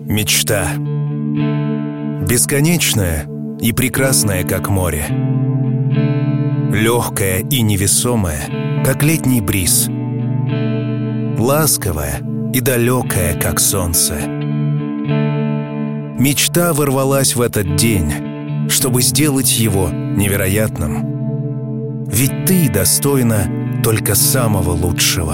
Мечта. Бесконечная и прекрасная, как море. Легкая и невесомая, как летний бриз. Ласковая и далекая, как солнце. Мечта ворвалась в этот день, чтобы сделать его невероятным. Ведь ты достойна только самого лучшего.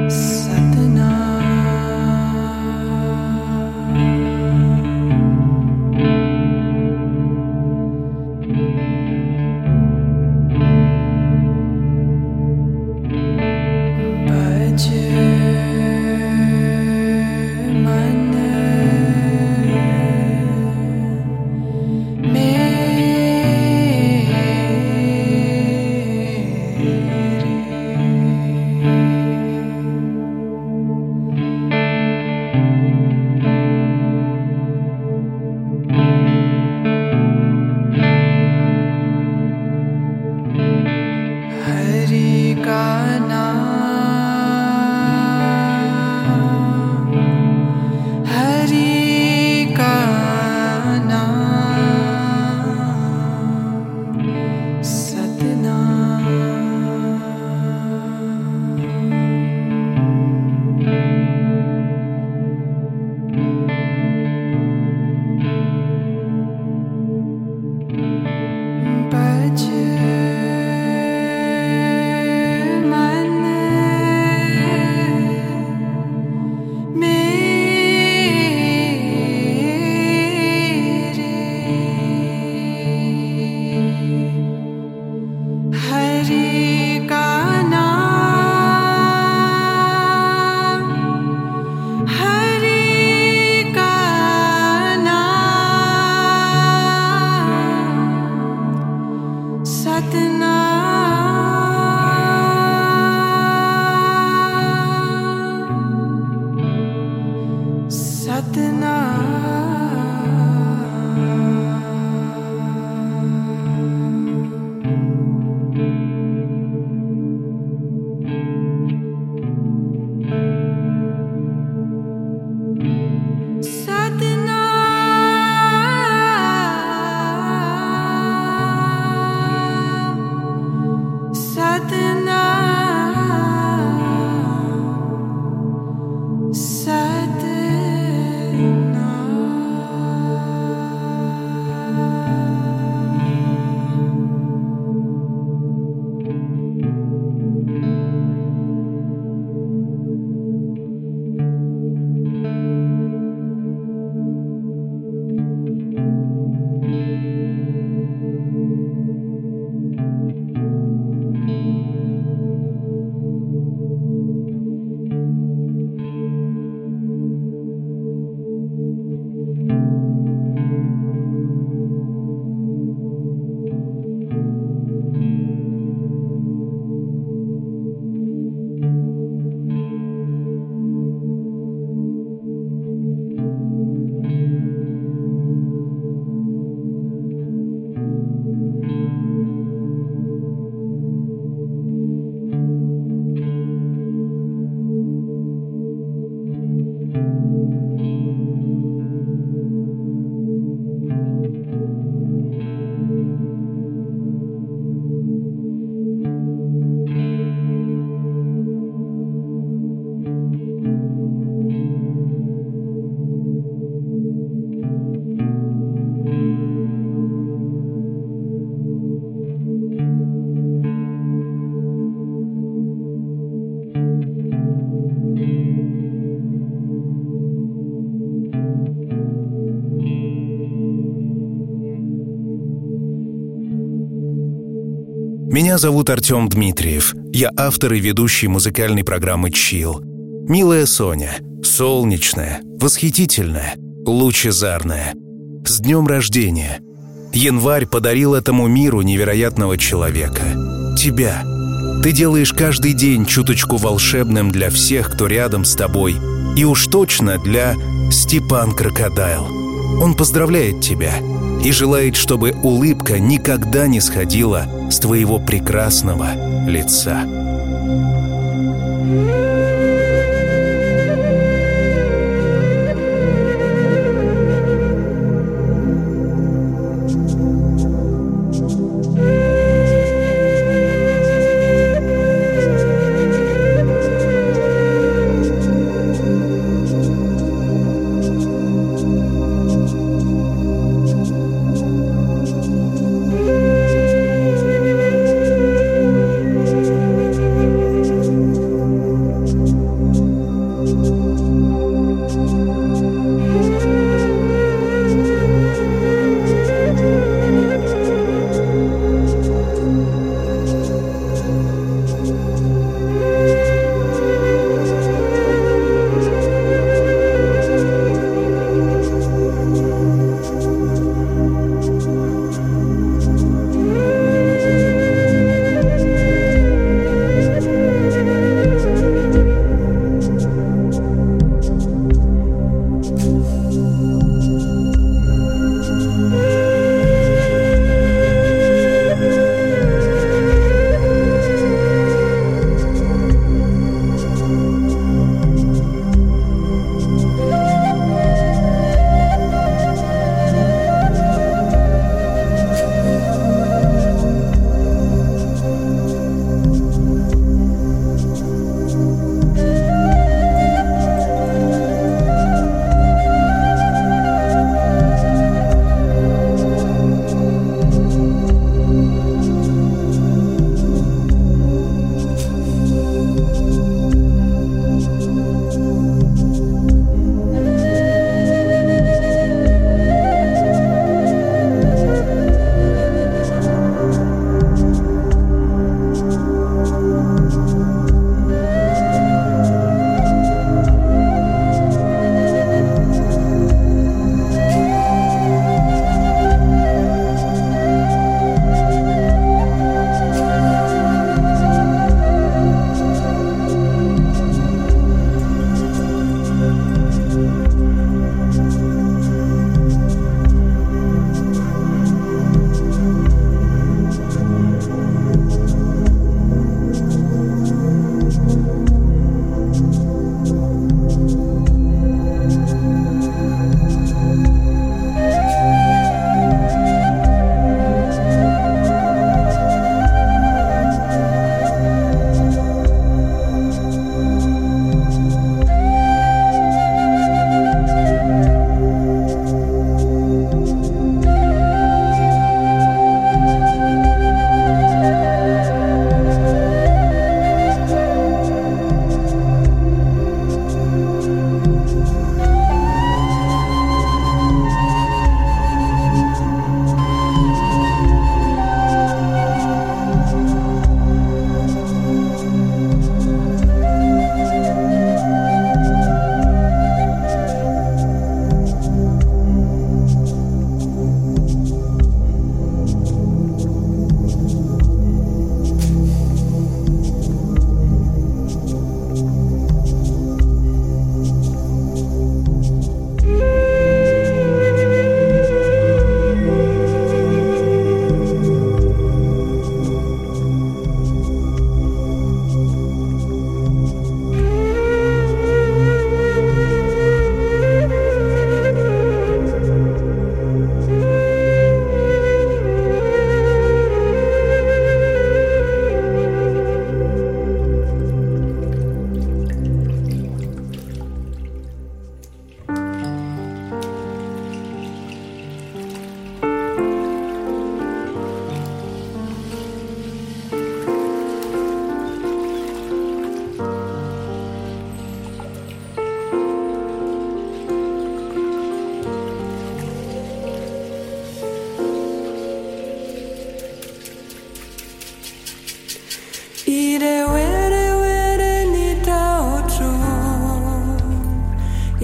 Меня зовут Артем Дмитриев. Я автор и ведущий музыкальной программы «Чилл». Милая Соня, солнечная, восхитительная, лучезарная. С днем рождения! Январь подарил этому миру невероятного человека. Тебя. Ты делаешь каждый день чуточку волшебным для всех, кто рядом с тобой. И уж точно для Степан Крокодайл. Он поздравляет тебя и желает, чтобы улыбка никогда не сходила с твоего прекрасного лица.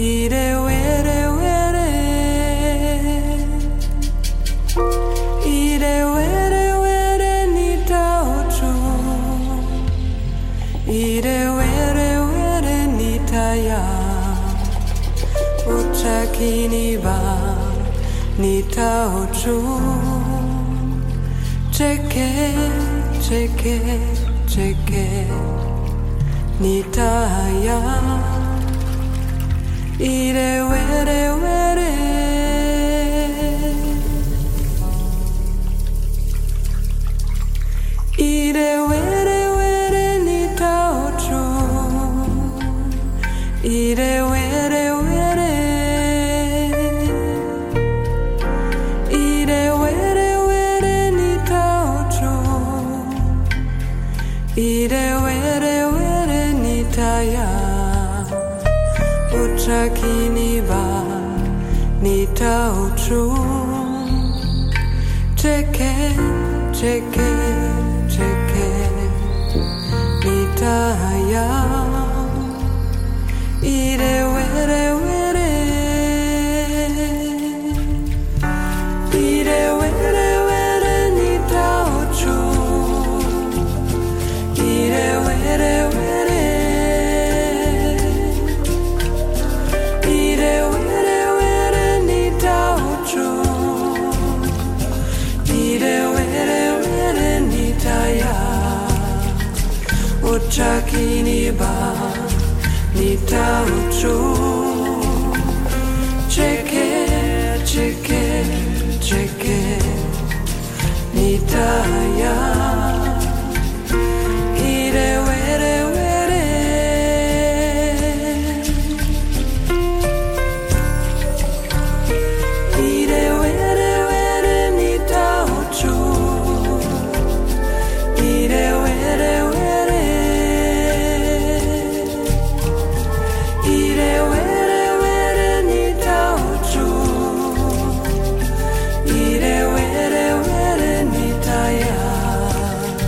ire were were, ire were were nita ocho, ire were were nita ya, ochakini ba nita ocho, cheke cheke cheke nita ya. Ire were were, ire were were nita ocho, ire were were, ire were were nita ocho, ire were were nita ya. Ochakini ba nita ocho, cheke cheke cheke nita ya. Ire were were, ire were were nita ocho, ire were were. Ochakini ba nita ocho, cheke cheke cheke nita ya. Ire were were, ire were were nita ocho, ire were were. Ire were were nita ocho, ire were were nita ya.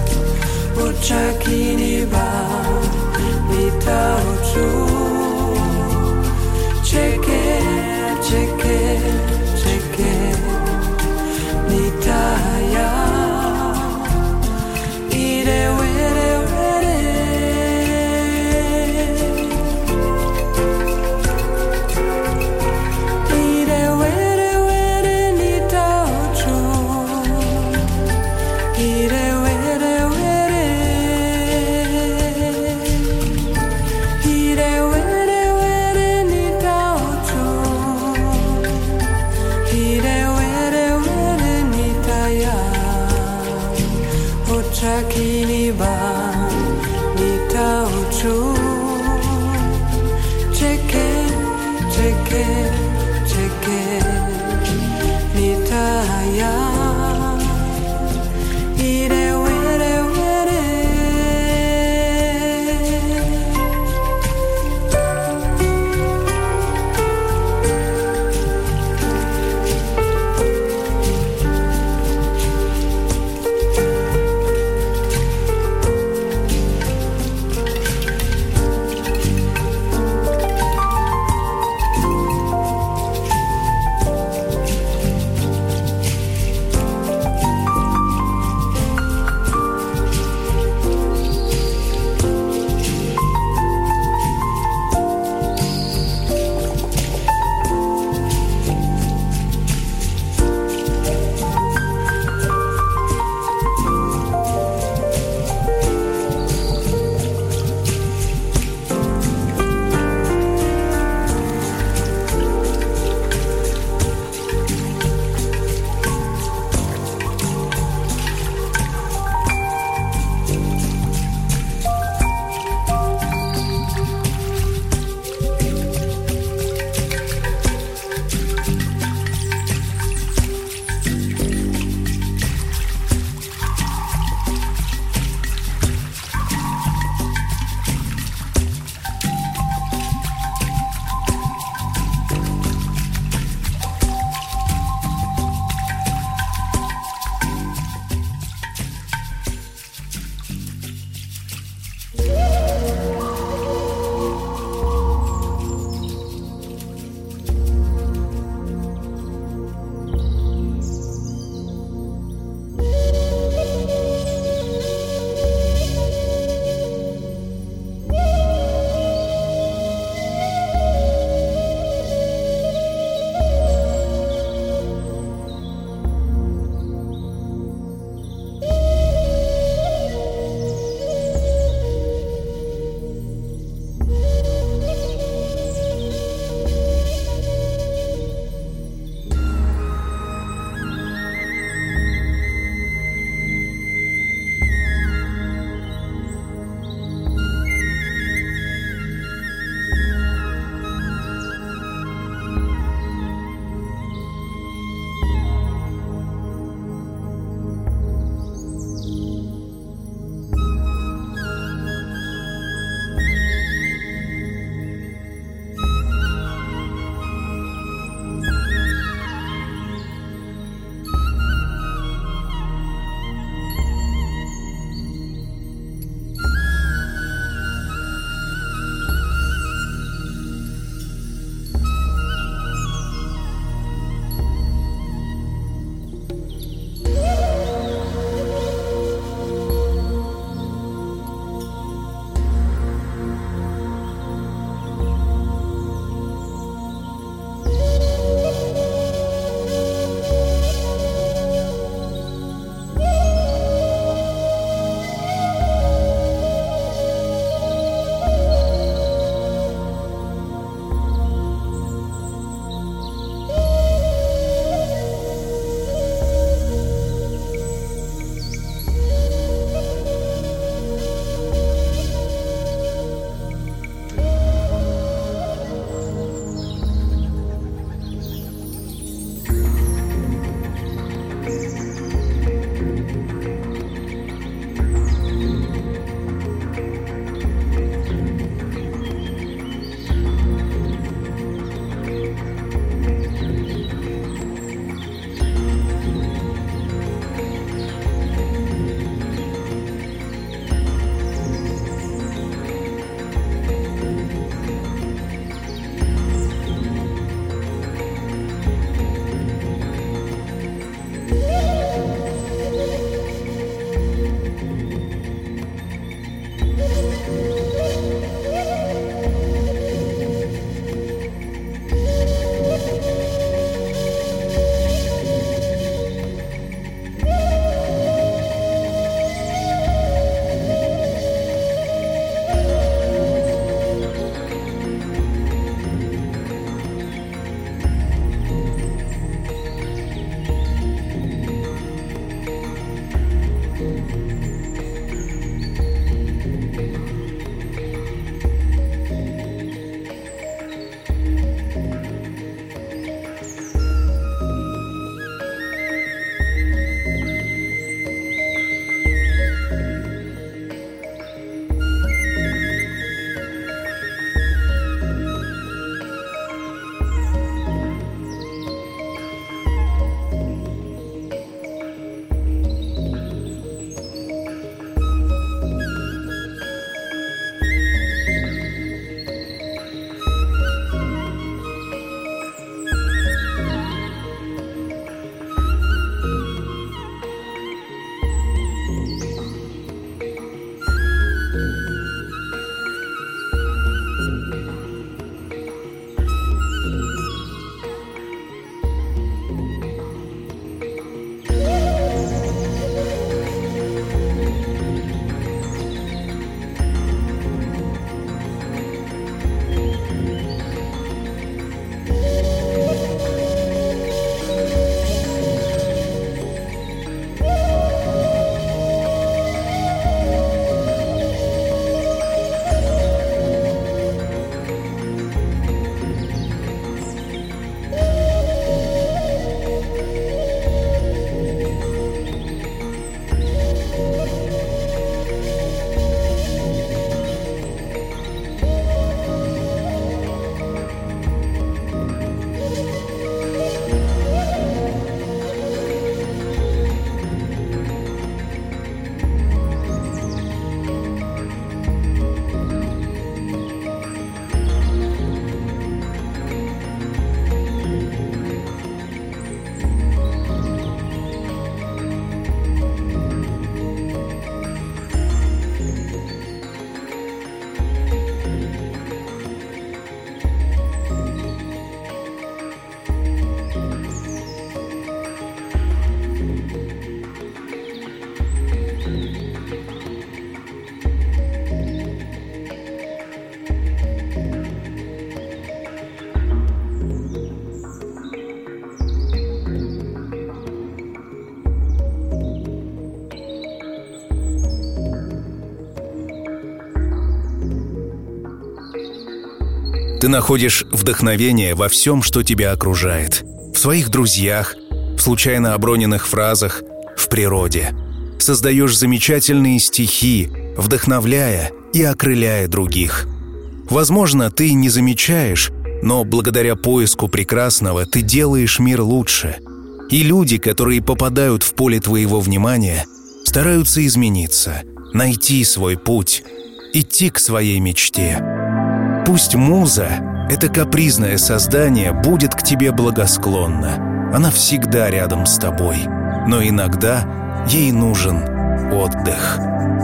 Ты находишь вдохновение во всем, что тебя окружает. В своих друзьях, в случайно оброненных фразах, в природе. Создаешь замечательные стихи, вдохновляя и окрыляя других. Возможно, ты не замечаешь, но благодаря поиску прекрасного ты делаешь мир лучше. И люди, которые попадают в поле твоего внимания, стараются измениться, найти свой путь, идти к своей мечте. Пусть муза, это капризное создание, будет к тебе благосклонна. Она всегда рядом с тобой, но иногда ей нужен отдых.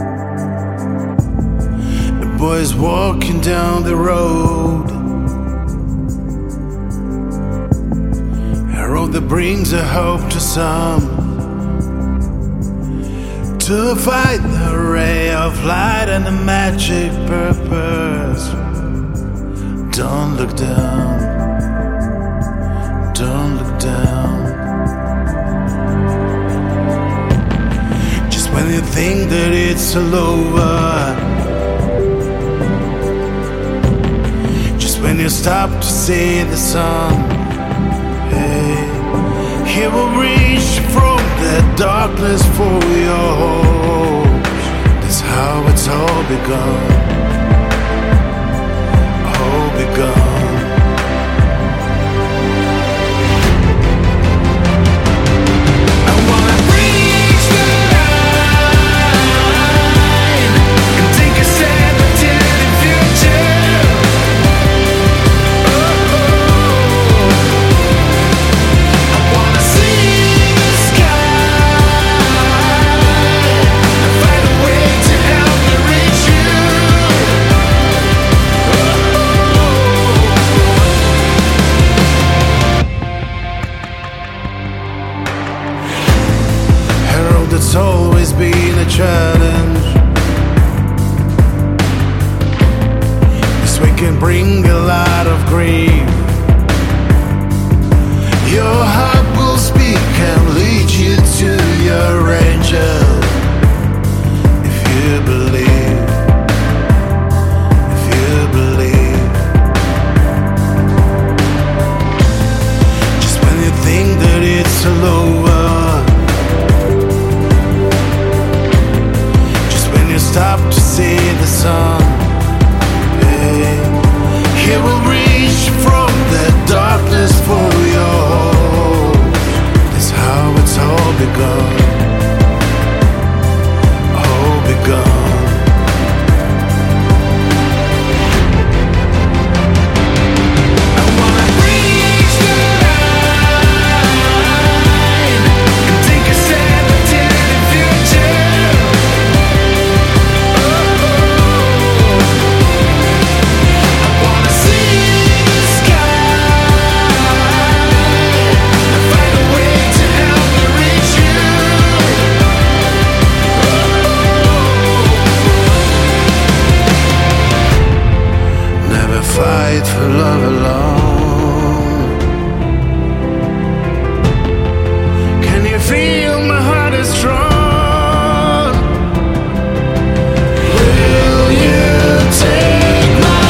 The boy's walking down the road, a road that brings a hope to some, to find the ray of light and the magic purpose. Don't look down, don't look down. Just when you think that it's all over, just when you stop to see the sun, hey, he will reach from the darkness for your hopes. That's how it's all begun. Begun. I wanna reach the line and take a step into the future. I wanna see the sky and find a way to help me reach you. It's always been a challenge. This way can bring a lot of grief. Your heart will speak and lead you to your angel. If you believe, if you believe. Just when you think that it's all over, stop to see the sun, hey. He will reach from the darkness for your hope. That's how it's all begun, all begun. I wanna reach the line and take a step into the future. Fight for love alone. Can you feel my heart is strong? Will you take my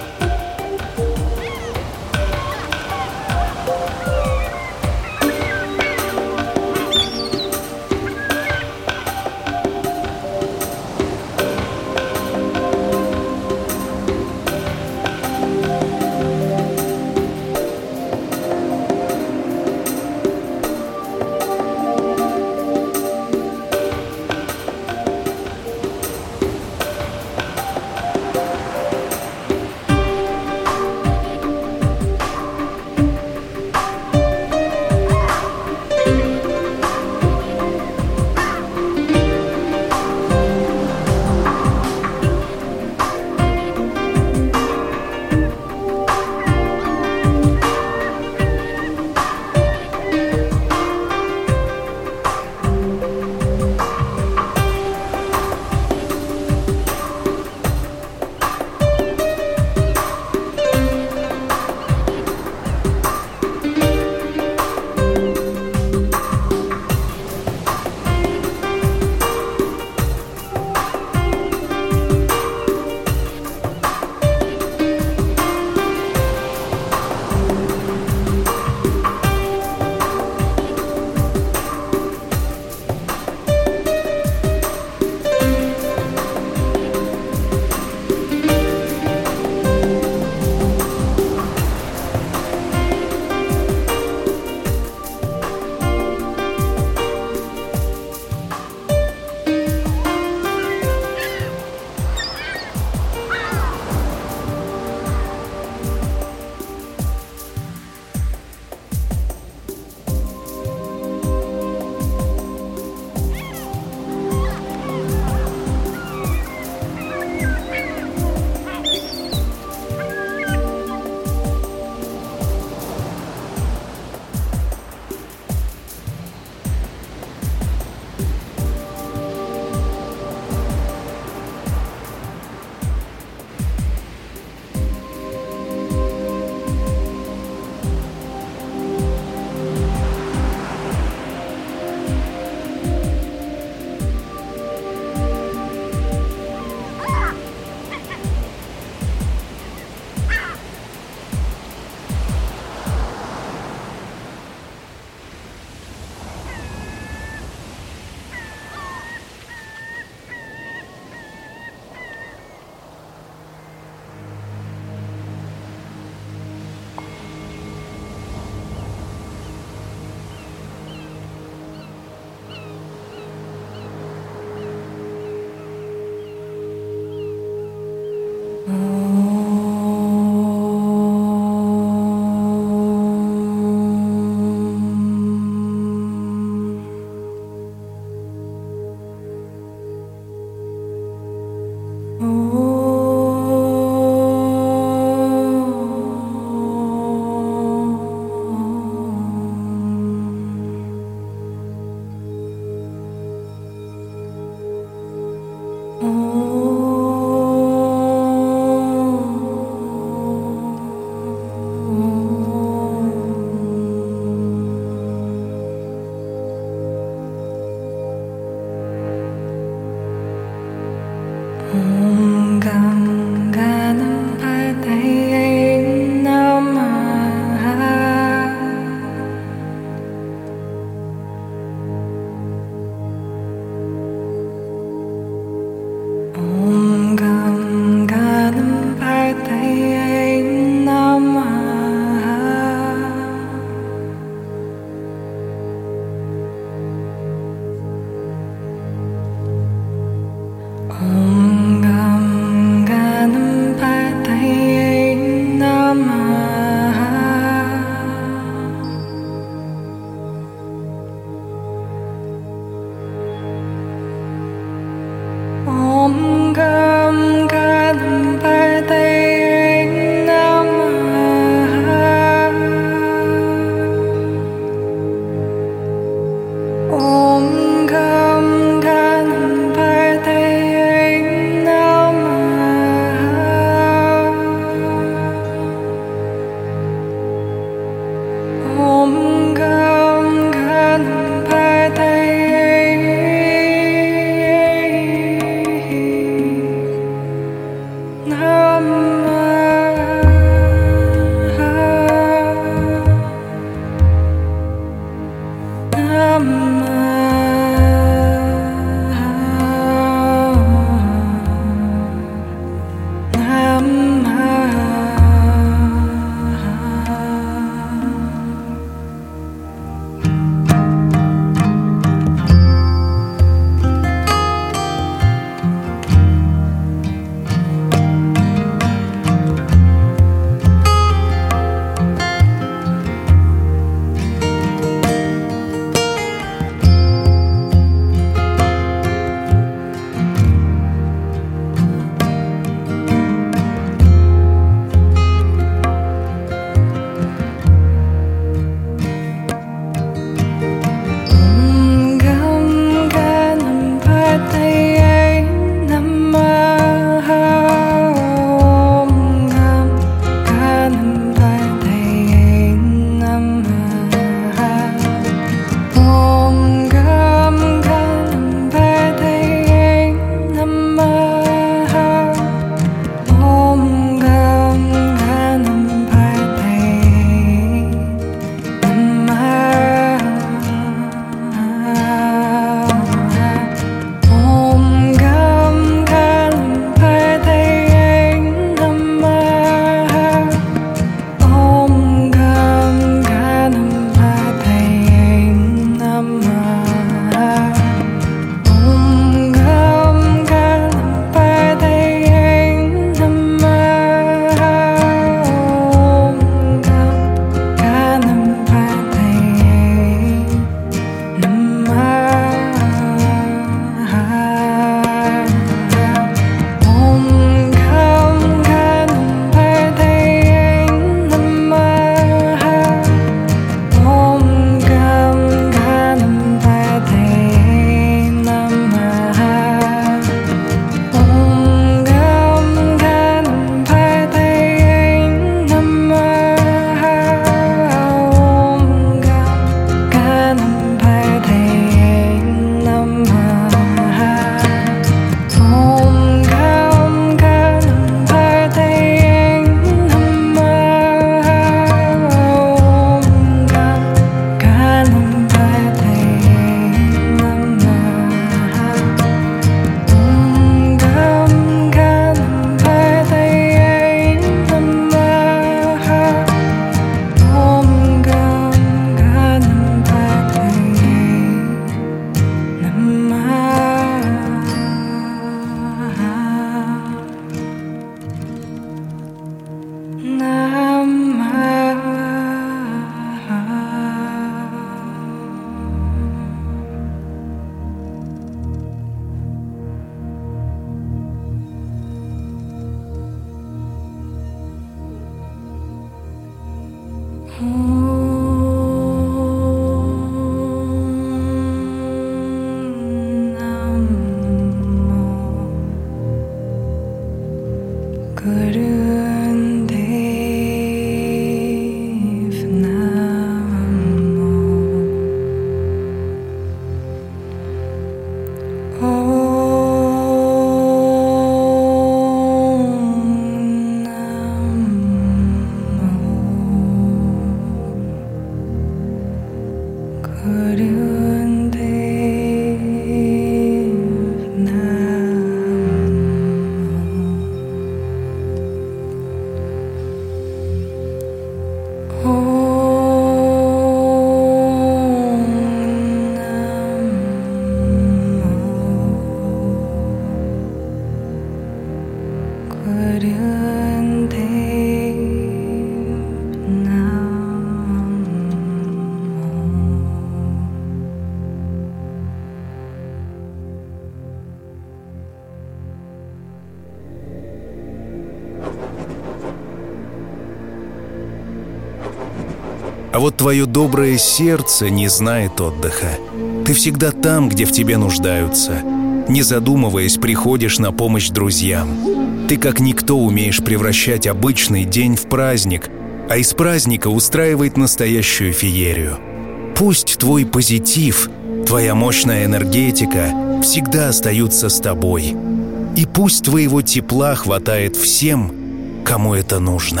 А вот твое доброе сердце не знает отдыха. Ты всегда там, где в тебе нуждаются. Не задумываясь, приходишь на помощь друзьям. Ты как никто умеешь превращать обычный день в праздник, а из праздника устраивать настоящую феерию. Пусть твой позитив, твоя мощная энергетика всегда остаются с тобой. И пусть твоего тепла хватает всем, кому это нужно.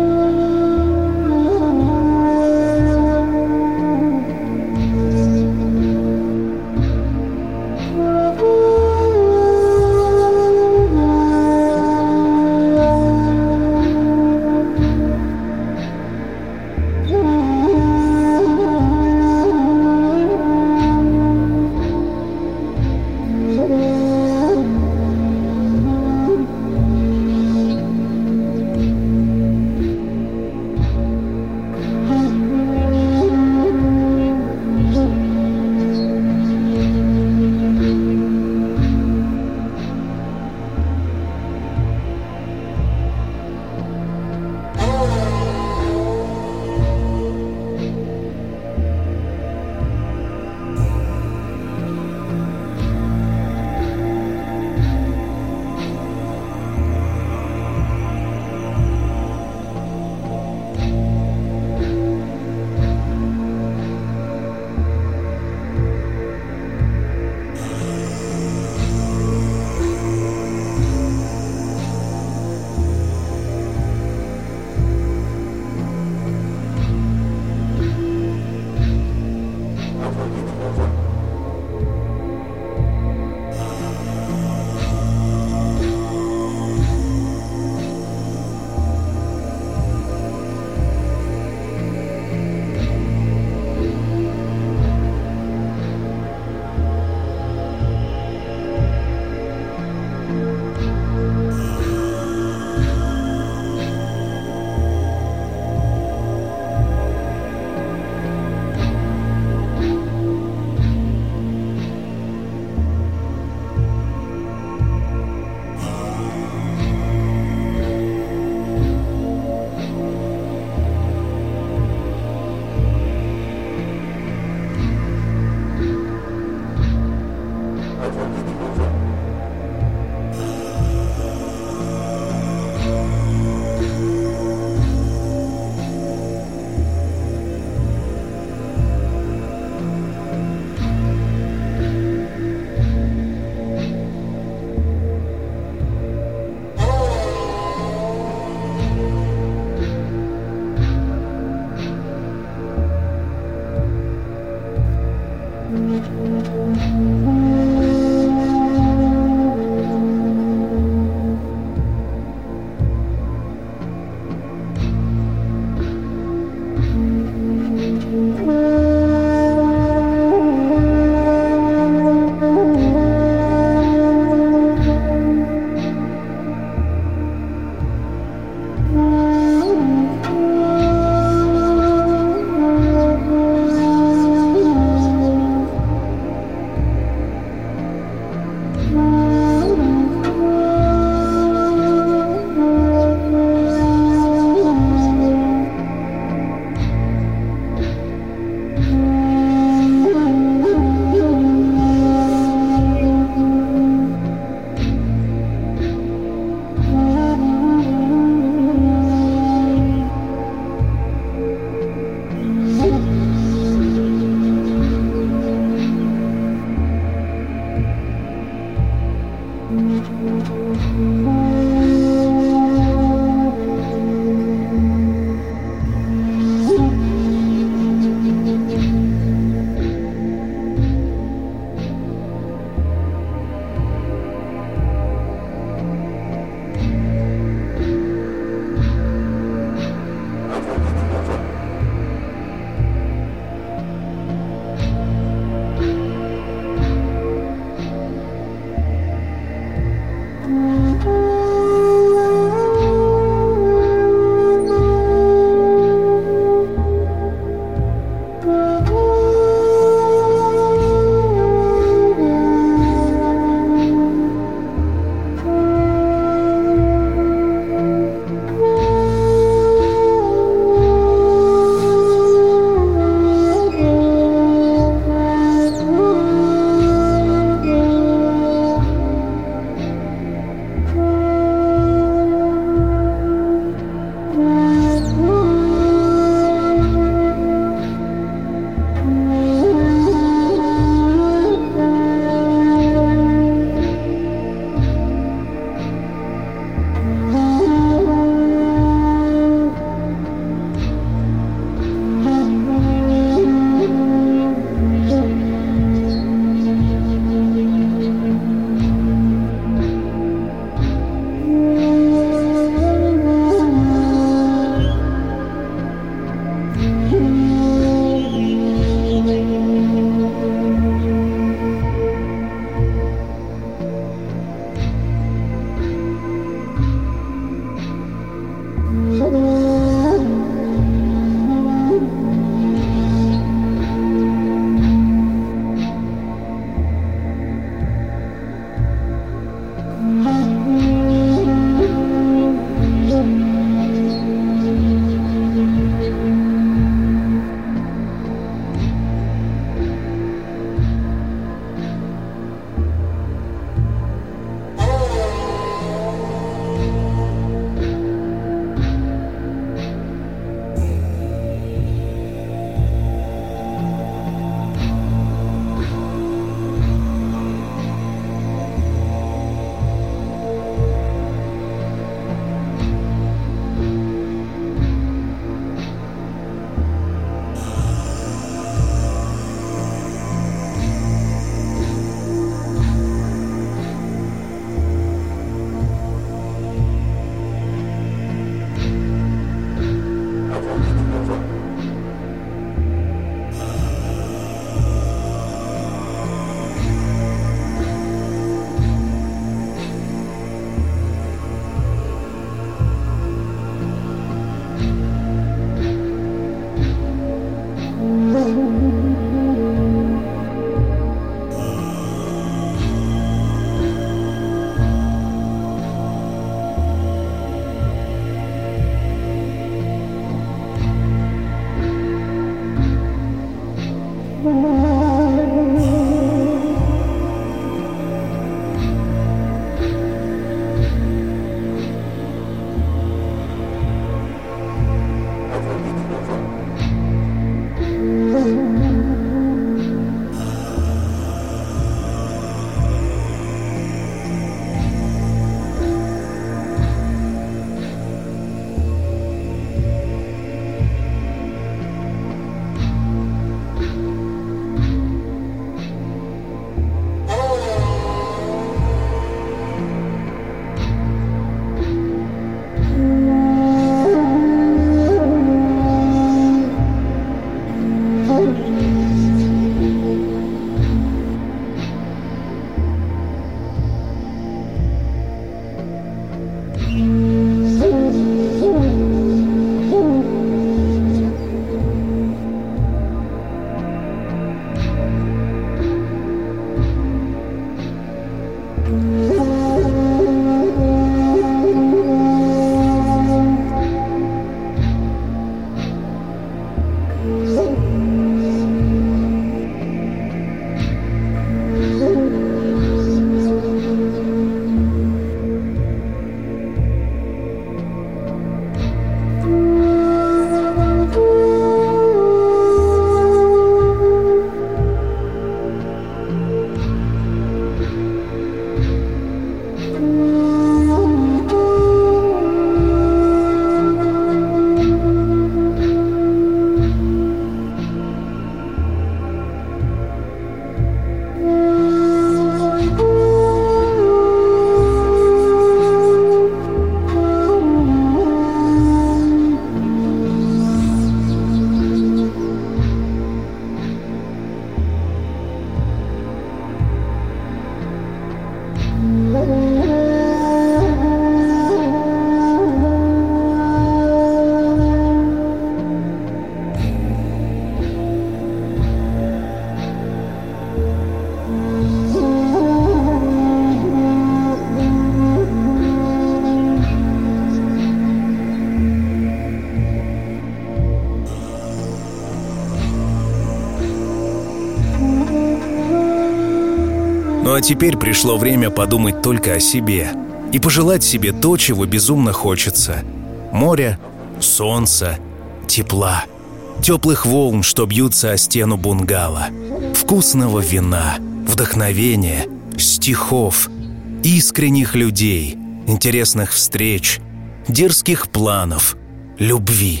Ну а теперь пришло время подумать только о себе и пожелать себе то, чего безумно хочется: моря, солнца, тепла, теплых волн, что бьются о стену бунгало, вкусного вина, вдохновения, стихов, искренних людей, интересных встреч, дерзких планов, любви,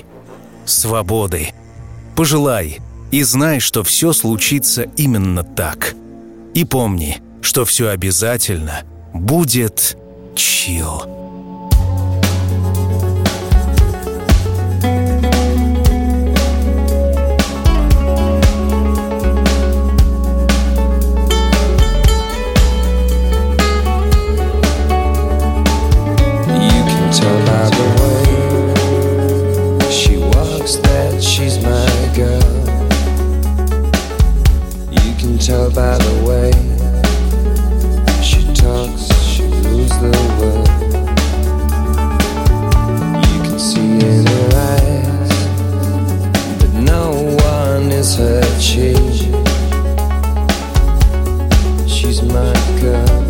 свободы. Пожелай и знай, что все случится именно так. И помни, что все обязательно будет чилл. Tell by the way she talks, she rules the world. You can see in her eyes that no one is her chief. She's my girl,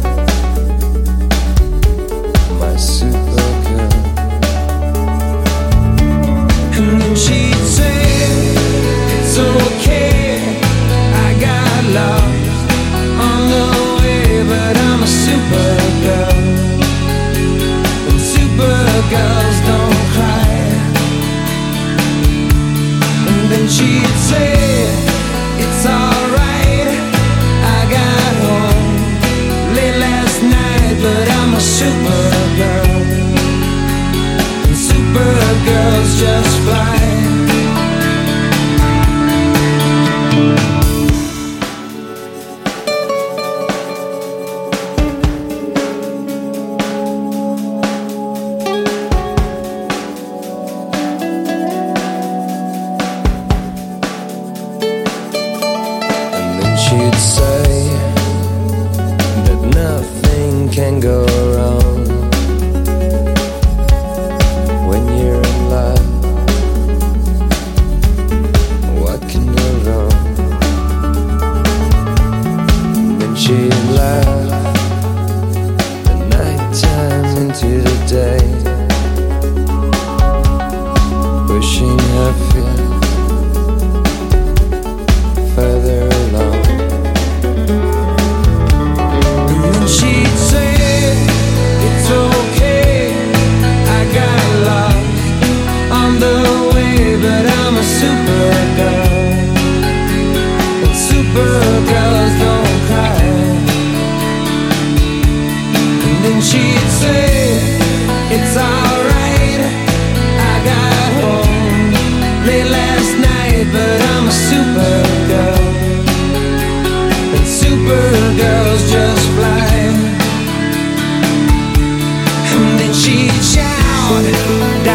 my super girl. And then she'd say, it's okay, lost on the way, but I'm a supergirl, and supergirls don't cry. And then she'd say, it's alright, I got home late last night, but I'm a supergirl, and supergirls just fly.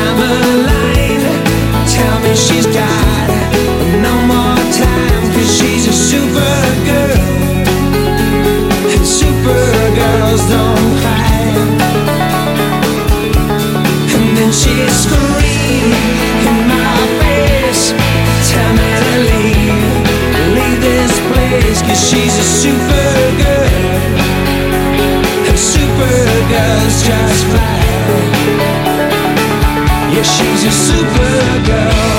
I'm alive. Tell me she's got no more time, 'cause she's a super girl, and super girls don't cry. And then she screamed in my face, tell me to leave this place, 'cause she's a super girl, and super girls just fly. Yeah, she's a super girl.